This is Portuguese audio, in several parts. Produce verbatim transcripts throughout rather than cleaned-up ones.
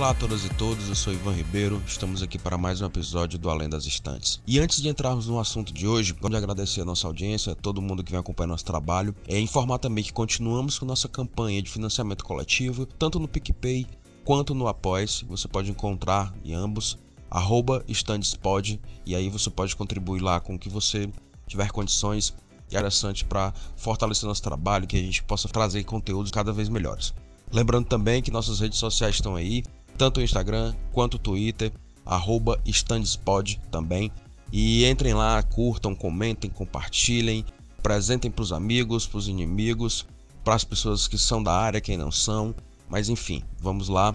Olá a todas e todos, eu sou Ivan Ribeiro, estamos aqui para mais um episódio do Além das Estantes. E antes de entrarmos no assunto de hoje, gostaria de agradecer a nossa audiência, a todo mundo que vem acompanhando nosso trabalho, e informar também que continuamos com nossa campanha de financiamento coletivo, tanto no PicPay quanto no Apoia-se. Você pode encontrar em ambos, arroba estandespod, e aí você pode contribuir lá com o que você tiver condições e interessante para fortalecer nosso trabalho, que a gente possa trazer conteúdos cada vez melhores. Lembrando também que nossas redes sociais estão aí, tanto o Instagram quanto o Twitter, arroba estandespod também. E entrem lá, curtam, comentem, compartilhem, apresentem para os amigos, para os inimigos, para as pessoas que são da área, quem não são. Mas enfim, vamos lá.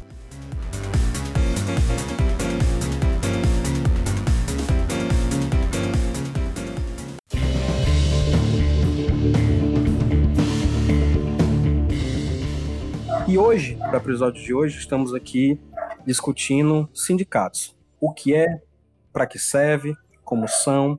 E hoje, para o episódio de hoje, estamos aqui discutindo sindicatos. O que é, para que serve, como são.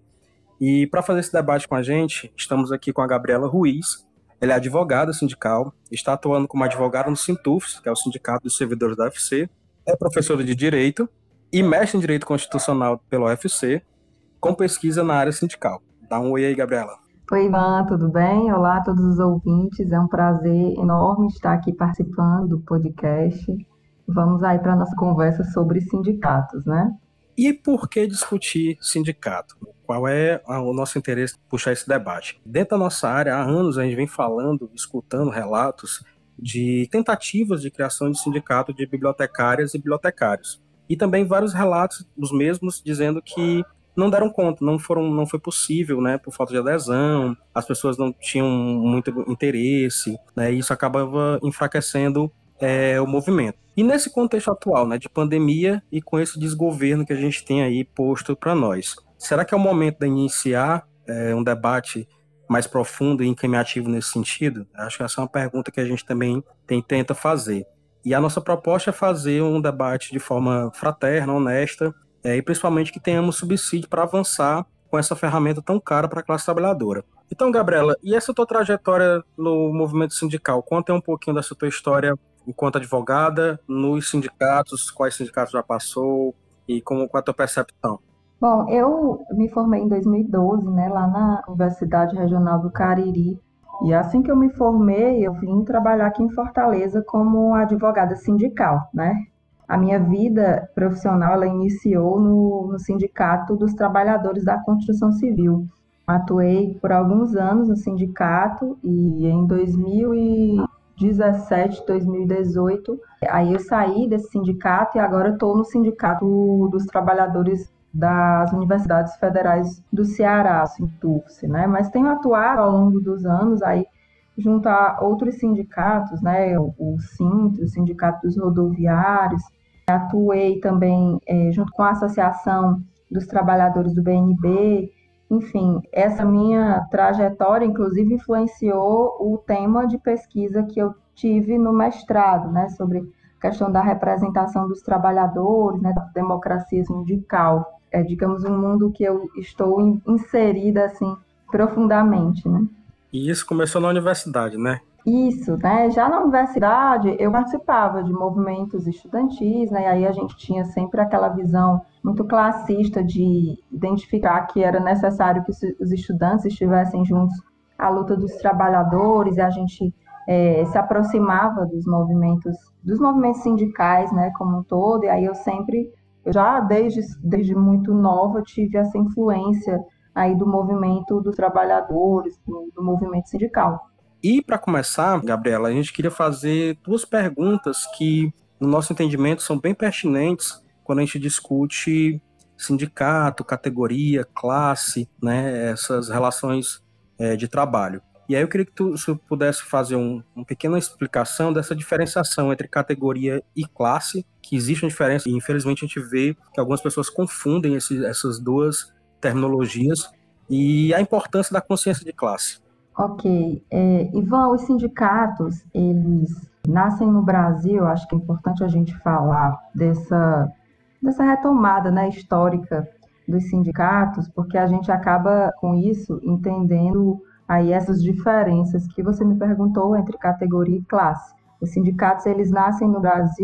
E para fazer esse debate com a gente, estamos aqui com a Gabriela Ruiz. Ela é advogada sindical, está atuando como advogada no Sintufs, que é o Sindicato dos Servidores da U F C. É professora de Direito e mestre em Direito Constitucional pela U F C, com pesquisa na área sindical. Dá um oi aí, Gabriela. Oi, Ivan, tudo bem? Olá a todos os ouvintes, é um prazer enorme estar aqui participando do podcast. Vamos aí para a nossa conversa sobre sindicatos, né? E por que discutir sindicato? Qual é o nosso interesse em puxar esse debate? Dentro da nossa área, há anos a gente vem falando, escutando relatos de tentativas de criação de sindicato de bibliotecárias e bibliotecários. E também vários relatos, os mesmos, dizendo que não deram conta, não, foram, não foi possível, né, por falta de adesão, as pessoas não tinham muito interesse, né, e isso acabava enfraquecendo é, o movimento. E nesse contexto atual, né, de pandemia e com esse desgoverno que a gente tem aí posto para nós, será que é o momento de iniciar é, um debate mais profundo e encaminhativo nesse sentido? Acho que essa é uma pergunta que a gente também tem, tenta fazer. E a nossa proposta é fazer um debate de forma fraterna, honesta, É, e principalmente que tenhamos subsídio para avançar com essa ferramenta tão cara para a classe trabalhadora. Então, Gabriela, e essa tua trajetória no movimento sindical? Conta um pouquinho dessa tua história enquanto advogada, nos sindicatos, quais sindicatos já passou e como, qual a tua percepção? Bom, eu me formei em dois mil e doze, né, lá na Universidade Regional do Cariri. E assim que eu me formei, eu vim trabalhar aqui em Fortaleza como advogada sindical, né? A minha vida profissional ela iniciou no, no Sindicato dos Trabalhadores da Construção Civil. Atuei por alguns anos no sindicato e em dois mil e dezessete, dois mil e dezoito, aí eu saí desse sindicato e agora estou no Sindicato dos Trabalhadores das Universidades Federais do Ceará, Sintufs, né? Mas tenho atuado ao longo dos anos aí junto a outros sindicatos, né? O, o Sintra, o Sindicato dos Rodoviários. Atuei também é, junto com a Associação dos Trabalhadores do B N B. Enfim, essa minha trajetória, inclusive, influenciou o tema de pesquisa que eu tive no mestrado, né, sobre a questão da representação dos trabalhadores, né, da democracia sindical. É, digamos, um mundo que eu estou inserida, assim, profundamente, né? E isso começou na universidade, né? Isso, né? Já na universidade eu participava de movimentos estudantis, né? E aí a gente tinha sempre aquela visão muito classista de identificar que era necessário que os estudantes estivessem juntos à luta dos trabalhadores, e a gente é, se aproximava dos movimentos, dos movimentos sindicais, né? Como um todo. E aí eu sempre, eu já desde desde muito nova tive essa influência aí do movimento dos trabalhadores, do, do movimento sindical. E para começar, Gabriela, a gente queria fazer duas perguntas que, no nosso entendimento, são bem pertinentes quando a gente discute sindicato, categoria, classe, né, essas relações é, de trabalho. E aí eu queria que tu se pudesse fazer um, uma pequena explicação dessa diferenciação entre categoria e classe, que existe uma diferença e infelizmente a gente vê que algumas pessoas confundem esse, essas duas terminologias, e a importância da consciência de classe. Ok. É, Ivan, os sindicatos, eles nascem no Brasil, acho que é importante a gente falar dessa, dessa retomada, né, histórica dos sindicatos, porque a gente acaba com isso entendendo aí essas diferenças que você me perguntou entre categoria e classe. Os sindicatos, eles nascem no Brasil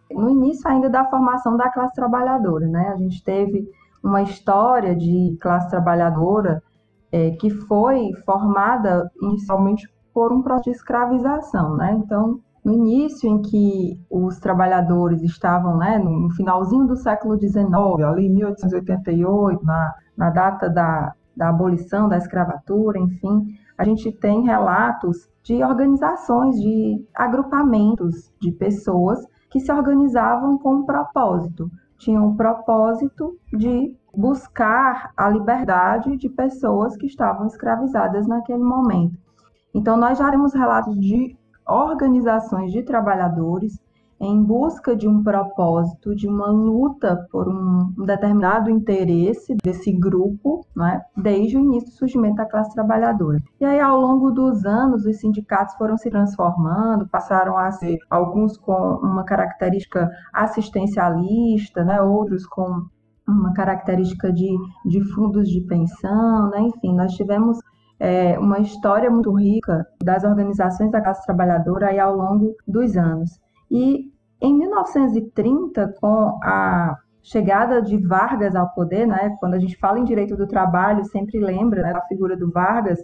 no início ainda da formação da classe trabalhadora, né? A gente teve uma história de classe trabalhadora é, que foi formada inicialmente por um processo de escravização, né? Então, no início em que os trabalhadores estavam, né, no finalzinho do século dezenove, ali em mil oitocentos e oitenta e oito, na, na data da, da abolição da escravatura, enfim, a gente tem relatos de organizações, de agrupamentos de pessoas que se organizavam com um propósito. Tinham o propósito de buscar a liberdade de pessoas que estavam escravizadas naquele momento. Então, nós já temos relatos de organizações de trabalhadores em busca de um propósito, de uma luta por um determinado interesse desse grupo, né, desde o início do surgimento da classe trabalhadora. E aí, ao longo dos anos, os sindicatos foram se transformando, passaram a ser alguns com uma característica assistencialista, né, outros com uma característica de, de fundos de pensão, né, enfim, nós tivemos É uma história muito rica das organizações da classe trabalhadora aí ao longo dos anos. E em mil novecentos e trinta, com a chegada de Vargas ao poder, né, quando a gente fala em direito do trabalho, sempre lembra, né, da figura do Vargas,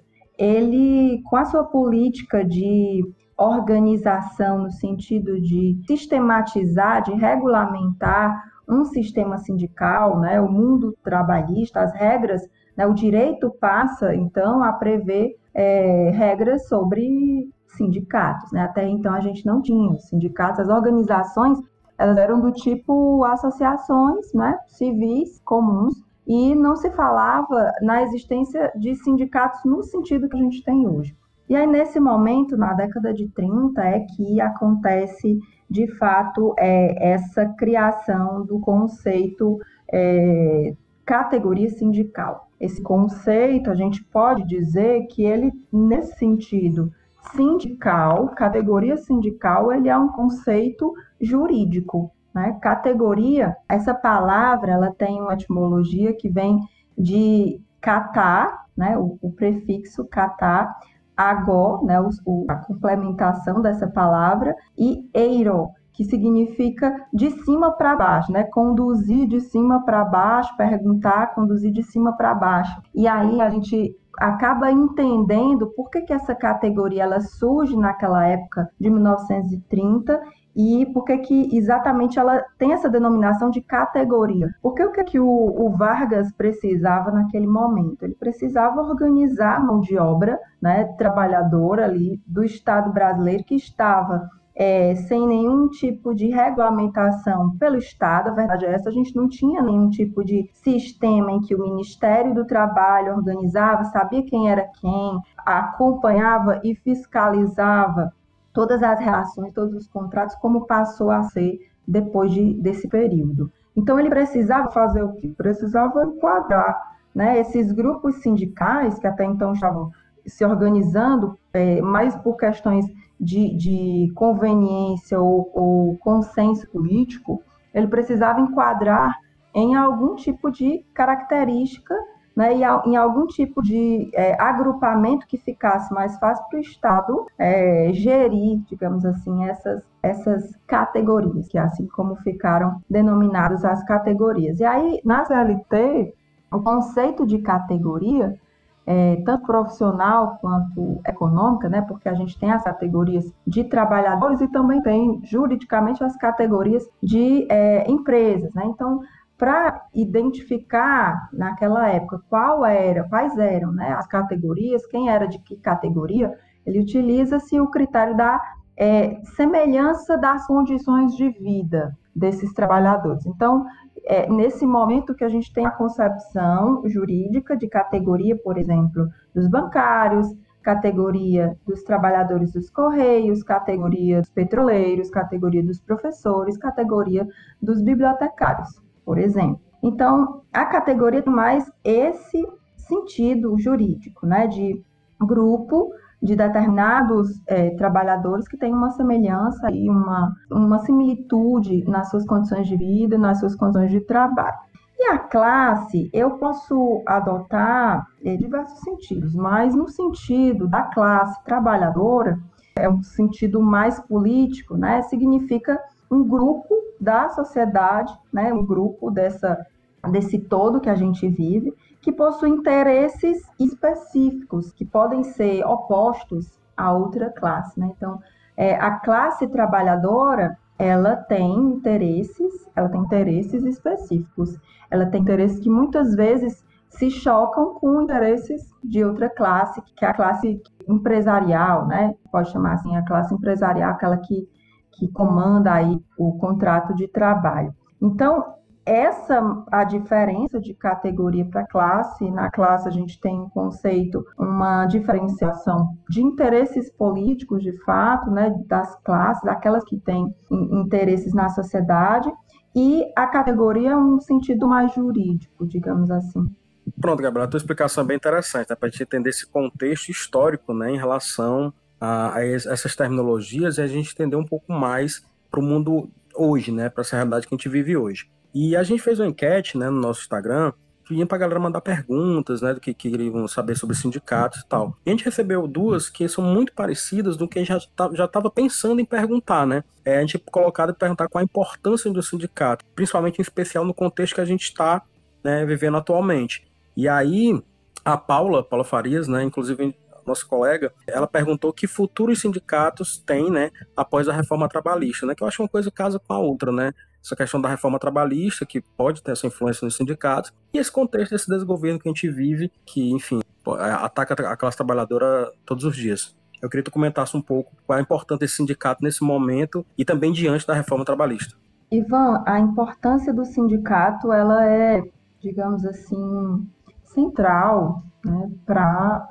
ele, com a sua política de organização no sentido de sistematizar, de regulamentar um sistema sindical, né, o mundo trabalhista, as regras, o direito passa, então, a prever é, regras sobre sindicatos, né? Até então a gente não tinha os sindicatos, as organizações, elas eram do tipo associações, né, civis comuns, e não se falava na existência de sindicatos no sentido que a gente tem hoje. E aí, nesse momento, na década de trinta, é que acontece, de fato, é, essa criação do conceito é, categoria sindical. Esse conceito, a gente pode dizer que ele, nesse sentido sindical, categoria sindical, ele é um conceito jurídico, né? Categoria, essa palavra, ela tem uma etimologia que vem de catar, né? O, o prefixo catar, agó, né? O, o, a complementação dessa palavra, e eiro, que significa de cima para baixo, né? Conduzir de cima para baixo, perguntar, conduzir de cima para baixo. E aí a gente acaba entendendo por que, que essa categoria ela surge naquela época de mil novecentos e trinta e por que, que exatamente ela tem essa denominação de categoria. Porque o que, que o, o Vargas precisava naquele momento? Ele precisava organizar a mão de obra, né, trabalhadora ali do Estado brasileiro que estava É, sem nenhum tipo de regulamentação pelo Estado. A verdade é essa, a gente não tinha nenhum tipo de sistema em que o Ministério do Trabalho organizava, sabia quem era quem, acompanhava e fiscalizava todas as relações, todos os contratos, como passou a ser depois de, desse período. Então, ele precisava fazer o quê? Precisava enquadrar, né, esses grupos sindicais, que até então estavam se organizando, é, mais por questões De, de conveniência ou, ou consenso político, ele precisava enquadrar em algum tipo de característica, né, e em algum tipo de é, agrupamento que ficasse mais fácil para o Estado é, gerir, digamos assim, essas, essas categorias, que é assim como ficaram denominadas as categorias. E aí, na C L T, o conceito de categoria, É, tanto profissional quanto econômica, né, porque a gente tem as categorias de trabalhadores e também tem juridicamente as categorias de é, empresas, né? Então, para identificar naquela época qual era, quais eram, né, as categorias, quem era de que categoria, ele utiliza-se o critério da é, semelhança das condições de vida desses trabalhadores. Então, É nesse momento que a gente tem a concepção jurídica de categoria, por exemplo, dos bancários, categoria dos trabalhadores dos correios, categoria dos petroleiros, categoria dos professores, categoria dos bibliotecários, por exemplo. Então, a categoria tem mais esse sentido jurídico, né, de grupo de determinados é, trabalhadores que têm uma semelhança e uma, uma similitude nas suas condições de vida, nas suas condições de trabalho. E a classe, eu posso adotar é, diversos sentidos, mas no sentido da classe trabalhadora, é um sentido mais político, né? Significa um grupo da sociedade, né, um grupo dessa, desse todo que a gente vive, que possui interesses específicos, que podem ser opostos a outra classe, né? Então, é, a classe trabalhadora, ela tem interesses, ela tem interesses específicos, ela tem interesses que muitas vezes se chocam com interesses de outra classe, que é a classe empresarial, né? Pode chamar assim, a classe empresarial, aquela que, que comanda aí o contrato de trabalho. Então, essa a diferença de categoria para classe. Na classe a gente tem um conceito, uma diferenciação de interesses políticos, de fato, né, das classes, daquelas que têm interesses na sociedade, e a categoria é um sentido mais jurídico, digamos assim. Pronto, Gabriel, a tua explicação é bem interessante, né, para a gente entender esse contexto histórico, né, em relação a, a essas terminologias, e a gente entender um pouco mais para o mundo hoje, né, para essa realidade que a gente vive hoje. E a gente fez uma enquete, né, no nosso Instagram, pedindo para a galera mandar perguntas, né, do que queriam saber sobre sindicatos e tal. E a gente recebeu duas que são muito parecidas do que a gente já estava pensando em perguntar, né? É, a gente colocado e perguntar qual a importância do sindicato, principalmente em especial no contexto que a gente está, né, vivendo atualmente. E aí, a Paula, Paula Farias, né, inclusive nossa colega, ela perguntou que futuro os sindicatos têm, né, após a reforma trabalhista, né, que eu acho uma coisa casa com a outra, né, essa questão da reforma trabalhista, que pode ter essa influência nos sindicatos, e esse contexto desse desgoverno que a gente vive, que, enfim, ataca a classe trabalhadora todos os dias. Eu queria que tu comentasse um pouco qual é a importância desse sindicato nesse momento e também diante da reforma trabalhista. Ivan, a importância do sindicato, ela é, digamos assim, central, né, para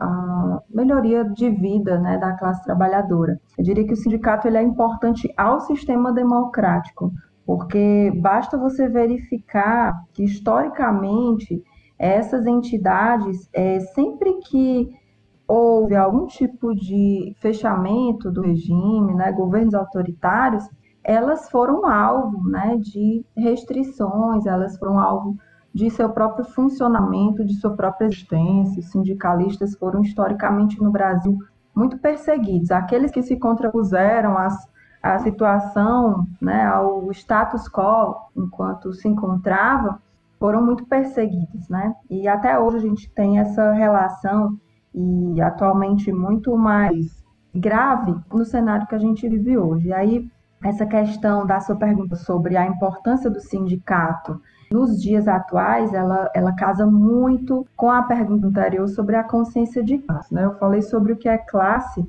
a melhoria de vida, né, da classe trabalhadora. Eu diria que o sindicato ele é importante ao sistema democrático, porque basta você verificar que, historicamente, essas entidades, é, sempre que houve algum tipo de fechamento do regime, né, governos autoritários, elas foram alvo, né, de restrições, elas foram alvo de seu próprio funcionamento, de sua própria existência. Os sindicalistas foram, historicamente, no Brasil, muito perseguidos. Aqueles que se contrapuseram às a situação, né, ao status quo enquanto se encontrava, foram muito perseguidos, né? E até hoje a gente tem essa relação, e atualmente muito mais grave no cenário que a gente vive hoje. E aí, essa questão da sua pergunta sobre a importância do sindicato nos dias atuais, ela, ela casa muito com a pergunta anterior sobre a consciência de classe, né? Eu falei sobre o que é classe,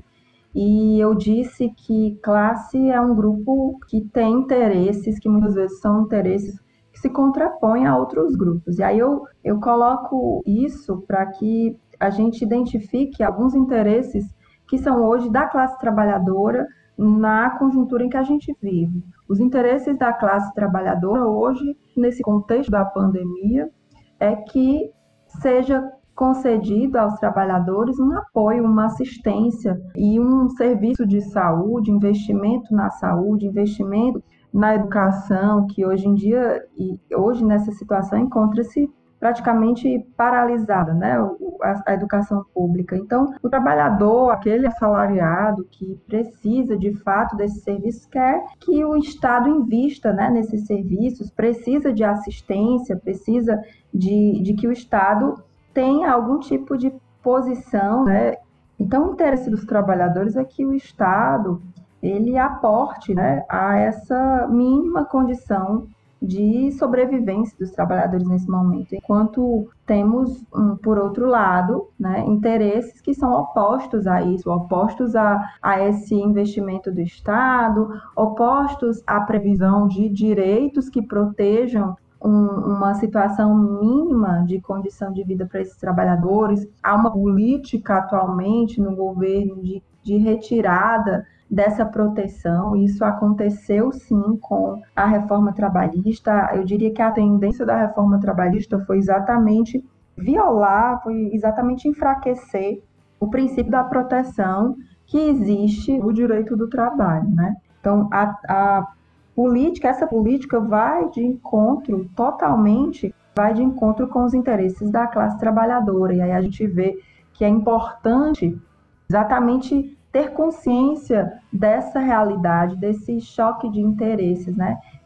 e eu disse que classe é um grupo que tem interesses, que muitas vezes são interesses que se contrapõem a outros grupos. E aí eu, eu coloco isso para que a gente identifique alguns interesses que são hoje da classe trabalhadora na conjuntura em que a gente vive. Os interesses da classe trabalhadora hoje, nesse contexto da pandemia, é que seja concedido aos trabalhadores um apoio, uma assistência e um serviço de saúde, investimento na saúde, investimento na educação, que hoje em dia, e hoje nessa situação, encontra-se praticamente paralisada, né, a, a educação pública. Então, o trabalhador, aquele assalariado que precisa de fato desses serviços, quer que o Estado invista, né, nesses serviços, precisa de assistência, precisa de, de que o Estado tenha algum tipo de posição, né? Então, o interesse dos trabalhadores é que o Estado ele aporte, né, a essa mínima condição de sobrevivência dos trabalhadores nesse momento, enquanto temos, um, por outro lado, né, interesses que são opostos a isso, opostos a, a esse investimento do Estado, opostos à previsão de direitos que protejam Um, uma situação mínima de condição de vida para esses trabalhadores. Há uma política atualmente no governo de, de retirada dessa proteção. Isso aconteceu sim com a reforma trabalhista. Eu diria que a tendência da reforma trabalhista foi exatamente violar, foi exatamente enfraquecer o princípio da proteção que existe no direito do trabalho, né? Então, a, a política, essa política vai de encontro, totalmente, vai de encontro com os interesses da classe trabalhadora. E aí a gente vê que é importante exatamente ter consciência dessa realidade, desse choque de interesses, né?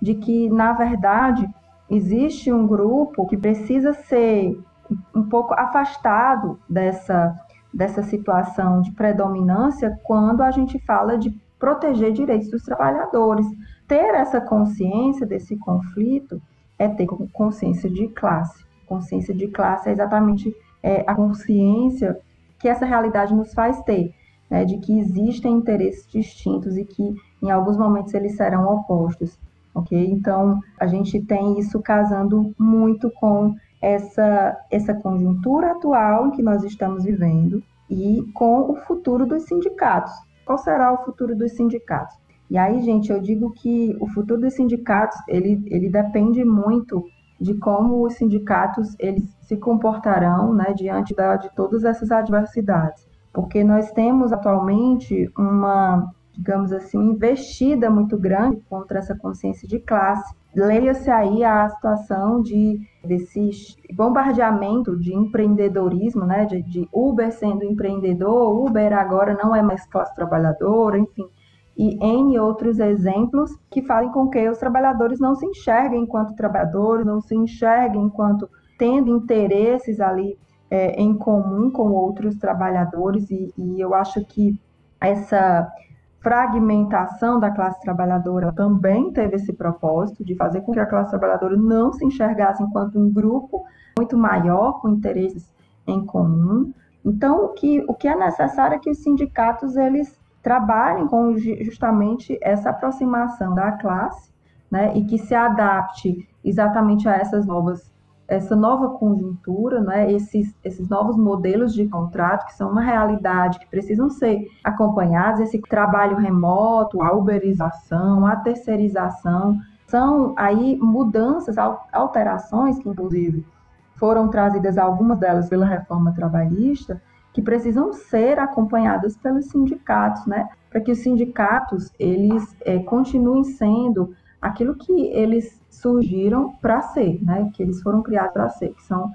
de que, na verdade, existe um grupo que precisa ser um pouco afastado dessa, dessa situação de predominância quando a gente fala de proteger direitos dos trabalhadores. Ter essa consciência desse conflito é ter consciência de classe. Consciência de classe é exatamente é, a consciência que essa realidade nos faz ter, né, de que existem interesses distintos e que, em alguns momentos, eles serão opostos. Okay? Então, a gente tem isso casando muito com essa, essa conjuntura atual em que nós estamos vivendo e com o futuro dos sindicatos. Qual será o futuro dos sindicatos? E aí, gente, eu digo que o futuro dos sindicatos, ele, ele depende muito de como os sindicatos eles se comportarão, né, diante da, de todas essas adversidades. Porque nós temos atualmente uma, digamos assim, investida muito grande contra essa consciência de classe. Leia-se aí a situação de, desse bombardeamento de empreendedorismo, né, de, de Uber sendo empreendedor, Uber agora não é mais classe trabalhadora, enfim, e N outros exemplos que fazem com que os trabalhadores não se enxerguem enquanto trabalhadores, não se enxerguem enquanto tendo interesses ali é, em comum com outros trabalhadores, e, e eu acho que essa fragmentação da classe trabalhadora também teve esse propósito de fazer com que a classe trabalhadora não se enxergasse enquanto um grupo muito maior, com interesses em comum. Então, o que, o que é necessário é que os sindicatos eles trabalhem com justamente essa aproximação da classe, né, e que se adapte exatamente a essas novas, essa nova conjuntura, né, esses, esses novos modelos de contrato, que são uma realidade que precisam ser acompanhados, esse trabalho remoto, a uberização, a terceirização, são aí mudanças, alterações que, inclusive, foram trazidas algumas delas pela reforma trabalhista, que precisam ser acompanhadas pelos sindicatos, né? Para que os sindicatos eles é, continuem sendo aquilo que eles surgiram para ser, né? Que eles foram criados para ser, que são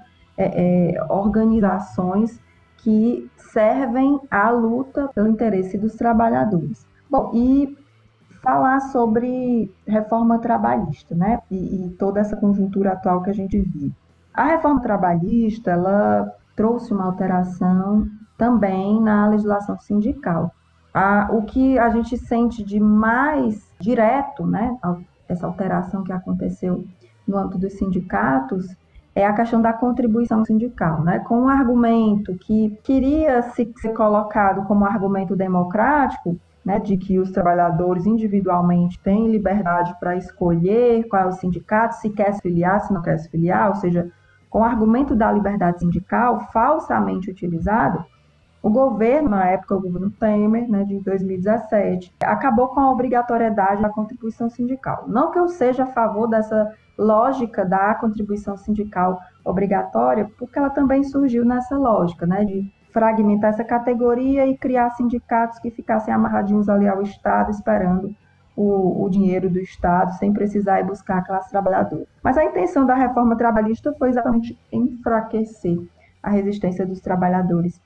é, é, organizações que servem à luta pelo interesse dos trabalhadores. Bom, e falar sobre reforma trabalhista, né? E, e toda essa conjuntura atual que a gente vive. A reforma trabalhista, ela trouxe uma alteração também na legislação sindical. Ah, o que a gente sente de mais direto, né, essa alteração que aconteceu no âmbito dos sindicatos, é a questão da contribuição sindical, né, com um argumento que queria se ser colocado como argumento democrático, né, de que os trabalhadores individualmente têm liberdade para escolher qual é o sindicato, se quer se filiar, se não quer se filiar, ou seja, com o argumento da liberdade sindical falsamente utilizado, o governo, na época, o governo Temer, né, de dois mil e dezessete, acabou com a obrigatoriedade da contribuição sindical. Não que eu seja a favor dessa lógica da contribuição sindical obrigatória, porque ela também surgiu nessa lógica, né, de fragmentar essa categoria e criar sindicatos que ficassem amarradinhos ali ao Estado, esperando O, o dinheiro do Estado, sem precisar ir buscar a classe trabalhadora. Mas a intenção da reforma trabalhista foi exatamente enfraquecer a resistência dos trabalhadores.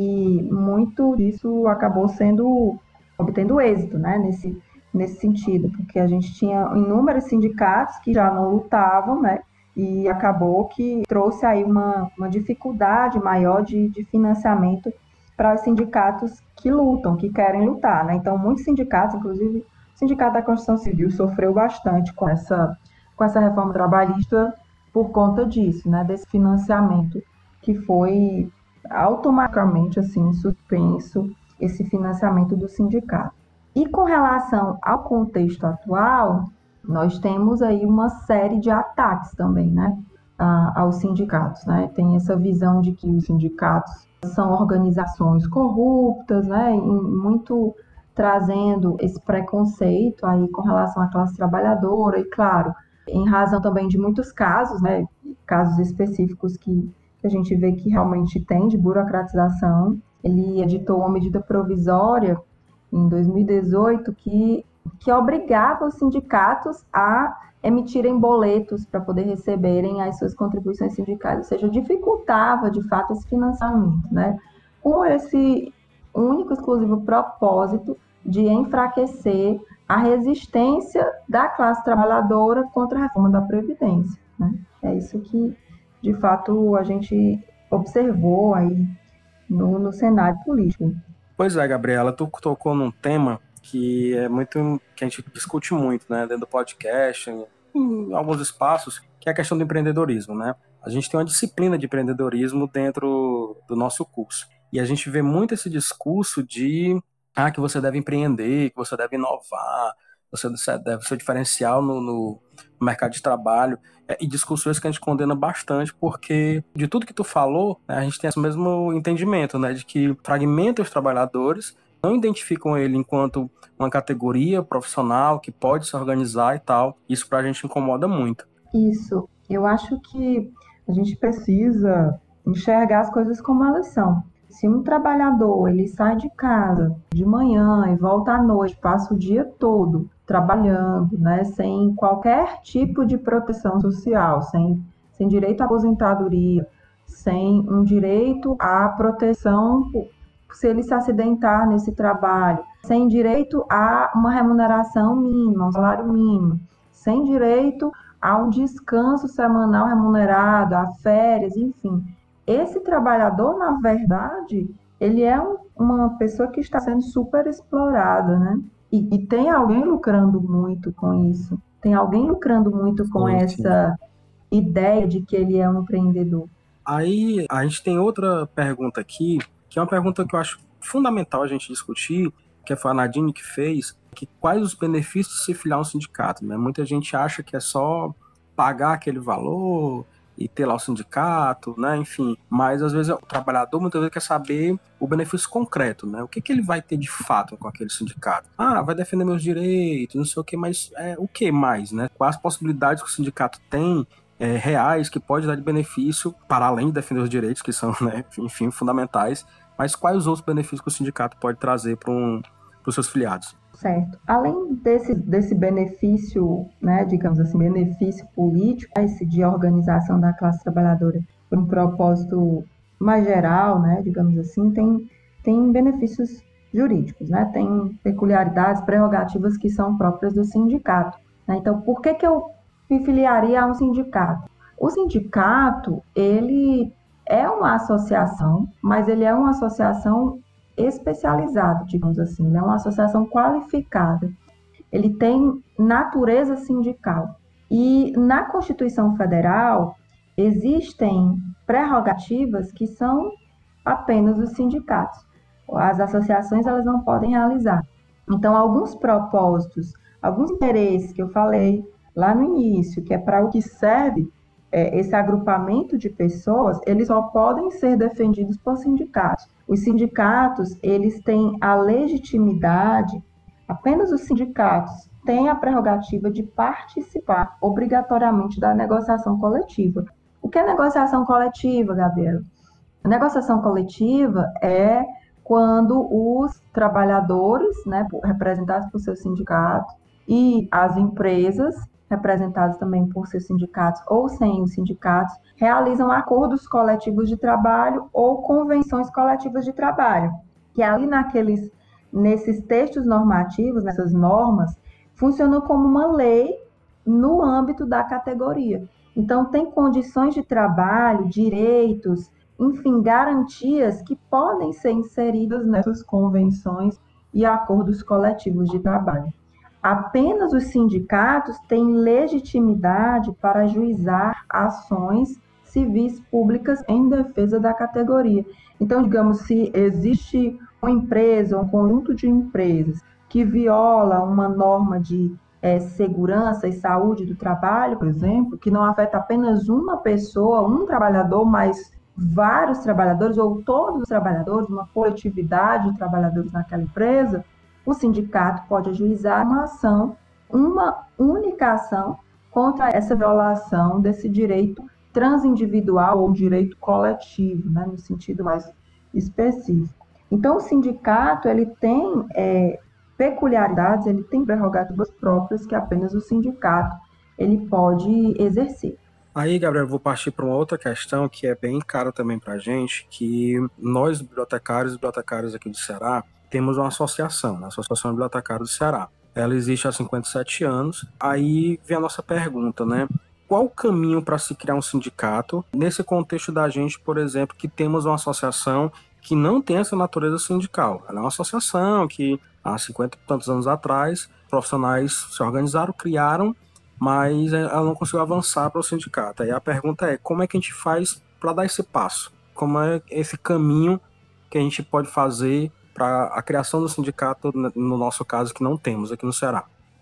E muito disso acabou sendo, obtendo êxito, né, nesse, nesse sentido, porque a gente tinha inúmeros sindicatos que já não lutavam, né, e acabou que trouxe aí uma, uma dificuldade maior de, de financiamento para os sindicatos que lutam, que querem lutar, né. Então, muitos sindicatos, inclusive o Sindicato da Construção Civil, sofreu bastante com essa, com essa reforma trabalhista por conta disso, né, desse financiamento que foi automaticamente assim, suspenso, esse financiamento do sindicato. E com relação ao contexto atual, nós temos aí uma série de ataques também, né, aos sindicatos, né, tem essa visão de que os sindicatos são organizações corruptas, né, e muito trazendo esse preconceito aí com relação à classe trabalhadora, e claro, em razão também de muitos casos, né, casos específicos que a gente vê que realmente tem de burocratização. Ele editou uma medida provisória em dois mil e dezoito que, que obrigava os sindicatos a emitirem boletos para poder receberem as suas contribuições sindicais, ou seja, dificultava de fato esse financiamento, né, com esse único exclusivo propósito de enfraquecer a resistência da classe trabalhadora contra a reforma da Previdência, né? É isso que, de fato, a gente observou aí no, no cenário político. Pois é, Gabriela, tu tocou num tema que é muito, que a gente discute muito, né, dentro do podcast, em, em alguns espaços, que é a questão do empreendedorismo, né? A gente tem uma disciplina de empreendedorismo dentro do nosso curso. E a gente vê muito esse discurso de ah, que você deve empreender, que você deve inovar, você deve ser diferencial no, no mercado de trabalho. É, e discussões que a gente condena bastante, porque de tudo que tu falou, né, a gente tem esse mesmo entendimento, né, de que fragmenta os trabalhadores, não identificam ele enquanto uma categoria profissional que pode se organizar e tal. Isso pra gente incomoda muito. Isso. Eu acho que a gente precisa enxergar as coisas como elas são. Se um trabalhador ele sai de casa de manhã e volta à noite, passa o dia todo trabalhando, né, sem qualquer tipo de proteção social, sem, sem direito à aposentadoria, sem um direito à proteção se ele se acidentar nesse trabalho, sem direito a uma remuneração mínima, um salário mínimo, sem direito a um descanso semanal remunerado, a férias, enfim. Esse trabalhador, na verdade, ele é um, uma pessoa que está sendo super explorada, né? E, e tem alguém lucrando muito com isso. Tem alguém lucrando muito com sim, essa sim. ideia de que ele é um empreendedor. Aí a gente tem outra pergunta aqui, que é uma pergunta que eu acho fundamental a gente discutir, que foi a Nadine que fez, que quais os benefícios de se filiar a um sindicato, né? Muita gente acha que é só pagar aquele valor e ter lá o sindicato, né? Enfim, mas às vezes o trabalhador muitas vezes quer saber o benefício concreto, né? O que, que ele vai ter de fato com aquele sindicato? Ah, vai defender meus direitos, não sei o que, mas é, o que mais, né? Quais as possibilidades que o sindicato tem é, reais que pode dar de benefício, para além de defender os direitos, que são, né, enfim, fundamentais, mas quais os outros benefícios que o sindicato pode trazer para um, os seus filiados? Certo. Além desse, desse benefício, né, digamos assim, benefício político, esse de organização da classe trabalhadora por um propósito mais geral, né, digamos assim, tem, tem benefícios jurídicos, né, tem peculiaridades, prerrogativas que são próprias do sindicato. Né? Então, por que, que eu me filiaria a um sindicato? O sindicato, ele é uma associação, mas ele é uma associação especializado, digamos assim, ele é uma associação qualificada, ele tem natureza sindical. E na Constituição Federal existem prerrogativas que são apenas dos sindicatos. As associações elas não podem realizar. Então, alguns propósitos, alguns interesses que eu falei lá no início, que é para o que serve é, esse agrupamento de pessoas, eles só podem ser defendidos por sindicatos. Os sindicatos, eles têm a legitimidade, apenas os sindicatos têm a prerrogativa de participar obrigatoriamente da negociação coletiva. O que é negociação coletiva, Gabriela? A negociação coletiva é quando os trabalhadores, né, representados por seus sindicatos, e as empresas, representadas também por seus sindicatos ou sem os sindicatos, realizam acordos coletivos de trabalho ou convenções coletivas de trabalho, que ali naqueles, nesses textos normativos, nessas normas, funcionam como uma lei no âmbito da categoria. Então, tem condições de trabalho, direitos, enfim, garantias que podem ser inseridas nessas convenções e acordos coletivos de trabalho. Apenas os sindicatos têm legitimidade para ajuizar ações civis públicas em defesa da categoria. Então, digamos, se existe uma empresa, um conjunto de empresas que viola uma norma de é, segurança e saúde do trabalho, por exemplo, que não afeta apenas uma pessoa, um trabalhador, mas vários trabalhadores ou todos os trabalhadores, uma coletividade de trabalhadores naquela empresa, o sindicato pode ajuizar uma ação, uma única ação contra essa violação desse direito transindividual ou direito coletivo, né, no sentido mais específico. Então, o sindicato ele tem é, peculiaridades, ele tem prerrogativas próprias que apenas o sindicato ele pode exercer. Aí, Gabriel, eu vou partir para uma outra questão que é bem cara também para a gente, que nós, bibliotecários e bibliotecários aqui do Ceará, temos uma associação, né? A Associação Bibliotecária do Ceará. ela existe há cinquenta e sete anos. Aí vem a nossa pergunta, né? Qual o caminho para se criar um sindicato? Nesse contexto da gente, por exemplo, que temos uma associação que não tem essa natureza sindical. Ela é uma associação que há cinquenta e tantos anos atrás, profissionais se organizaram, criaram, mas ela não conseguiu avançar para o sindicato. Aí a pergunta é, como é que a gente faz para dar esse passo? Como é esse caminho que a gente pode fazer para a criação do sindicato, no nosso caso, que não temos aqui no Ceará?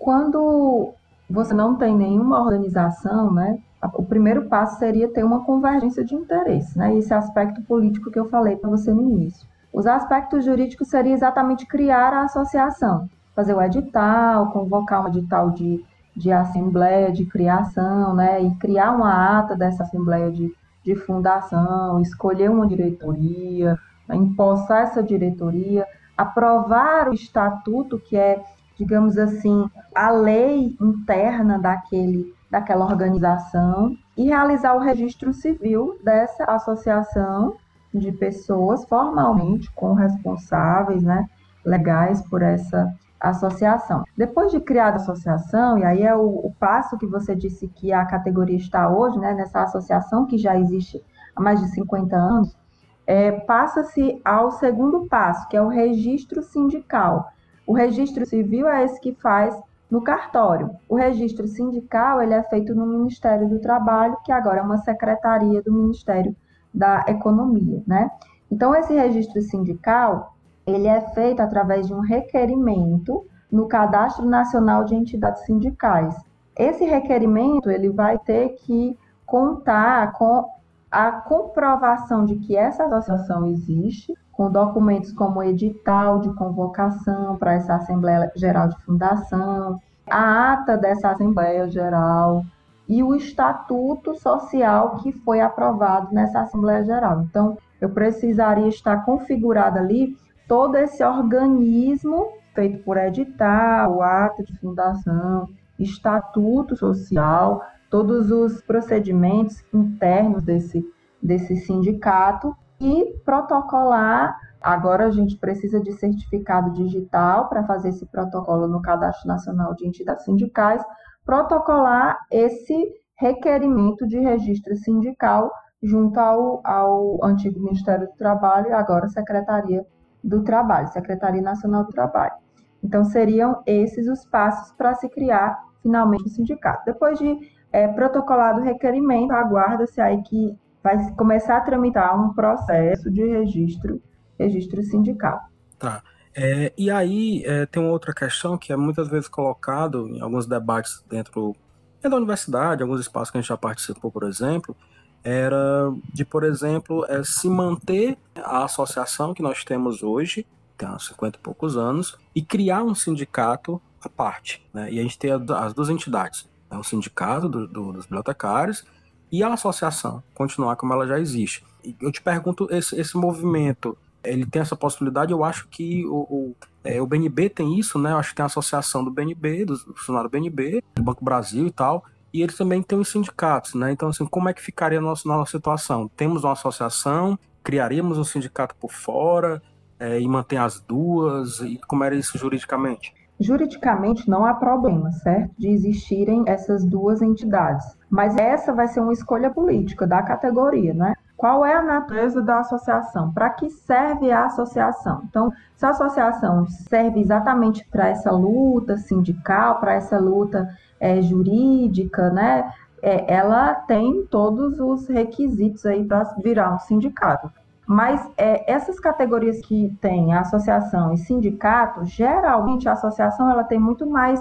Quando você não tem nenhuma organização, né, o primeiro passo seria ter uma convergência de interesse, né, esse aspecto político que eu falei para você no início. Os aspectos jurídicos seria exatamente criar a associação, fazer o edital, convocar um edital de, de assembleia de criação, né, e criar uma ata dessa assembleia de, de fundação, escolher uma diretoria, né, empossar essa diretoria, aprovar o estatuto, que é, digamos assim, a lei interna daquele, daquela organização, e realizar o registro civil dessa associação de pessoas formalmente com responsáveis, né, legais por essa associação. Depois de criada a associação, e aí é o, o passo que você disse que a categoria está hoje, né, nessa associação que já existe há mais de cinquenta anos, é, passa-se ao segundo passo, que é o registro sindical. O registro civil é esse que faz no cartório. O registro sindical ele é feito no Ministério do Trabalho, que agora é uma secretaria do Ministério da Economia, né? Então, esse registro sindical, ele é feito através de um requerimento no Cadastro Nacional de Entidades Sindicais. Esse requerimento, ele vai ter que contar com a comprovação de que essa associação existe, com documentos como edital de convocação para essa Assembleia Geral de Fundação, a ata dessa Assembleia Geral e o estatuto social que foi aprovado nessa Assembleia Geral. Então, eu precisaria estar configurado ali todo esse organismo feito por edital, ata de fundação, estatuto social, todos os procedimentos internos desse, desse sindicato e protocolar. Agora a gente precisa de certificado digital para fazer esse protocolo no Cadastro Nacional de Entidades Sindicais, protocolar esse requerimento de registro sindical junto ao, ao antigo Ministério do Trabalho e agora Secretaria do Trabalho, Secretaria Nacional do Trabalho. Então seriam esses os passos para se criar finalmente o sindicato. Depois de é, protocolado o requerimento, aguarda-se aí que vai começar a tramitar um processo de registro, registro sindical. Tá. É, e aí é, tem uma outra questão que é muitas vezes colocado em alguns debates dentro da universidade, alguns espaços que a gente já participou, por exemplo, era de, por exemplo, é, se manter a associação que nós temos hoje, tem uns cinquenta e poucos anos, e criar um sindicato à parte, né? E a gente tem as duas entidades, né? O sindicato do, do, dos bibliotecários e a associação continuar como ela já existe. E eu te pergunto, esse, esse movimento, ele tem essa possibilidade? Eu acho que o, o, é, o B N B tem isso, né? Eu acho que tem a associação do B N B, do funcionário do B N B, do Banco Brasil e tal, e eles também têm os sindicatos, né? Então, assim, como é que ficaria a nossa, a nossa situação? Temos uma associação, criaríamos um sindicato por fora, é, e mantém as duas, e como era isso juridicamente? Juridicamente não há problema, certo? De existirem essas duas entidades. Mas essa vai ser uma escolha política da categoria, né? Qual é a natureza da associação? Para que serve a associação? Então, se a associação serve exatamente para essa luta sindical, para essa luta é, jurídica, né? É, ela tem todos os requisitos aí para virar um sindicato. Mas é, essas categorias que tem a associação e sindicato, geralmente a associação ela tem muito mais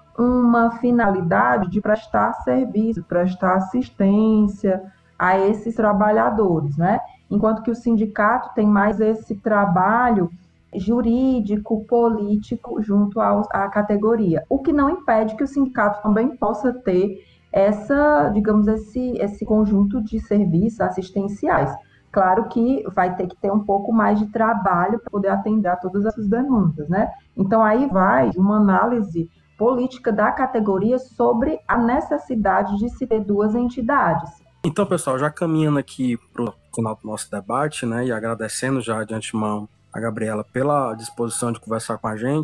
uma finalidade de prestar serviço, prestar assistência a esses trabalhadores, né? Enquanto que o sindicato tem mais esse trabalho jurídico, político junto ao, à categoria, o que não impede que o sindicato também possa ter essa, digamos, esse, esse conjunto de serviços assistenciais. Claro que vai ter que ter um pouco mais de trabalho para poder atender a todas essas demandas, né? Então, aí vai uma análise política da categoria sobre a necessidade de se ter duas entidades. Então, pessoal, já caminhando aqui para o final do nosso debate, né, e agradecendo já de antemão a Gabriela pela disposição de conversar com a gente,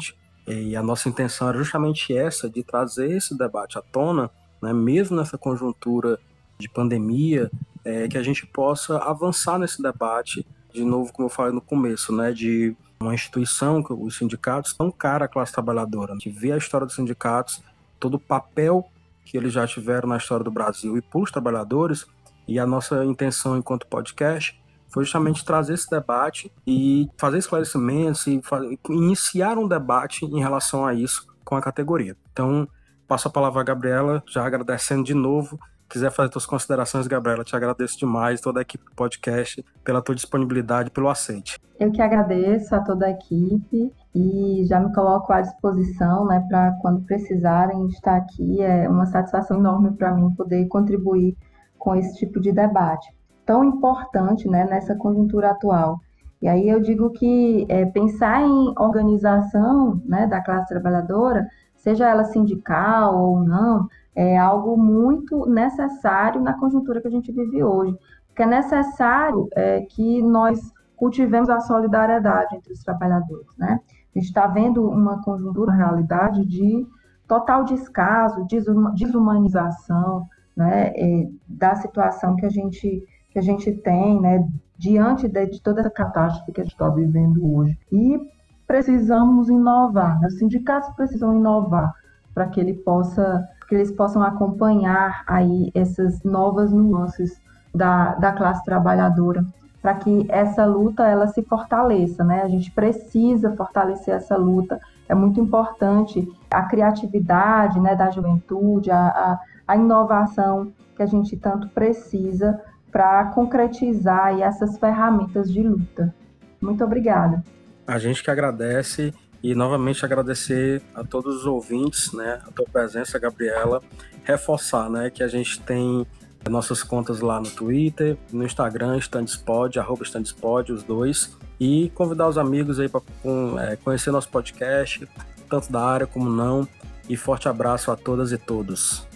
E a nossa intenção era justamente essa, de trazer esse debate à tona, né, mesmo nessa conjuntura de pandemia, é, que a gente possa avançar nesse debate, de novo, como eu falei no começo, né, de uma instituição, os sindicatos, tão cara à classe trabalhadora. A gente vê a história dos sindicatos, todo o papel que eles já tiveram na história do Brasil e para os trabalhadores, e a nossa intenção enquanto podcast foi justamente trazer esse debate e fazer esclarecimentos e fazer, iniciar um debate em relação a isso com a categoria. Então, passo a palavra à Gabriela, já agradecendo de novo. Quiser fazer suas considerações, Gabriela, te agradeço demais, toda a equipe do podcast, pela tua disponibilidade, pelo aceite. Eu que agradeço a toda a equipe e já me coloco à disposição, né, para quando precisarem estar aqui. É uma satisfação enorme para mim poder contribuir com esse tipo de debate tão importante, né, nessa conjuntura atual. E aí eu digo que é, pensar em organização, né, da classe trabalhadora, seja ela sindical ou não, é algo muito necessário na conjuntura que a gente vive hoje. Porque é necessário é, que nós cultivemos a solidariedade entre os trabalhadores, né? A gente está vendo uma conjuntura, uma realidade de total descaso, desumanização, né, é, da situação que a gente que a gente tem, né, diante de, de toda essa catástrofe que a gente está vivendo hoje. E precisamos inovar, né? Os sindicatos precisam inovar para que ele possa, que eles possam acompanhar aí essas novas nuances da, da classe trabalhadora, para que essa luta ela se fortaleça, né? A gente precisa fortalecer essa luta. É muito importante a criatividade, né, da juventude, a, a, a inovação que a gente tanto precisa para concretizar aí essas ferramentas de luta. Muito obrigada. A gente que agradece e novamente agradecer a todos os ouvintes, né, a tua presença, Gabriela, reforçar, né, que a gente tem nossas contas lá no Twitter, no Instagram, Standspod, arroba Standspod, os dois, e convidar os amigos aí para é, conhecer nosso podcast, tanto da área como não, e forte abraço a todas e todos.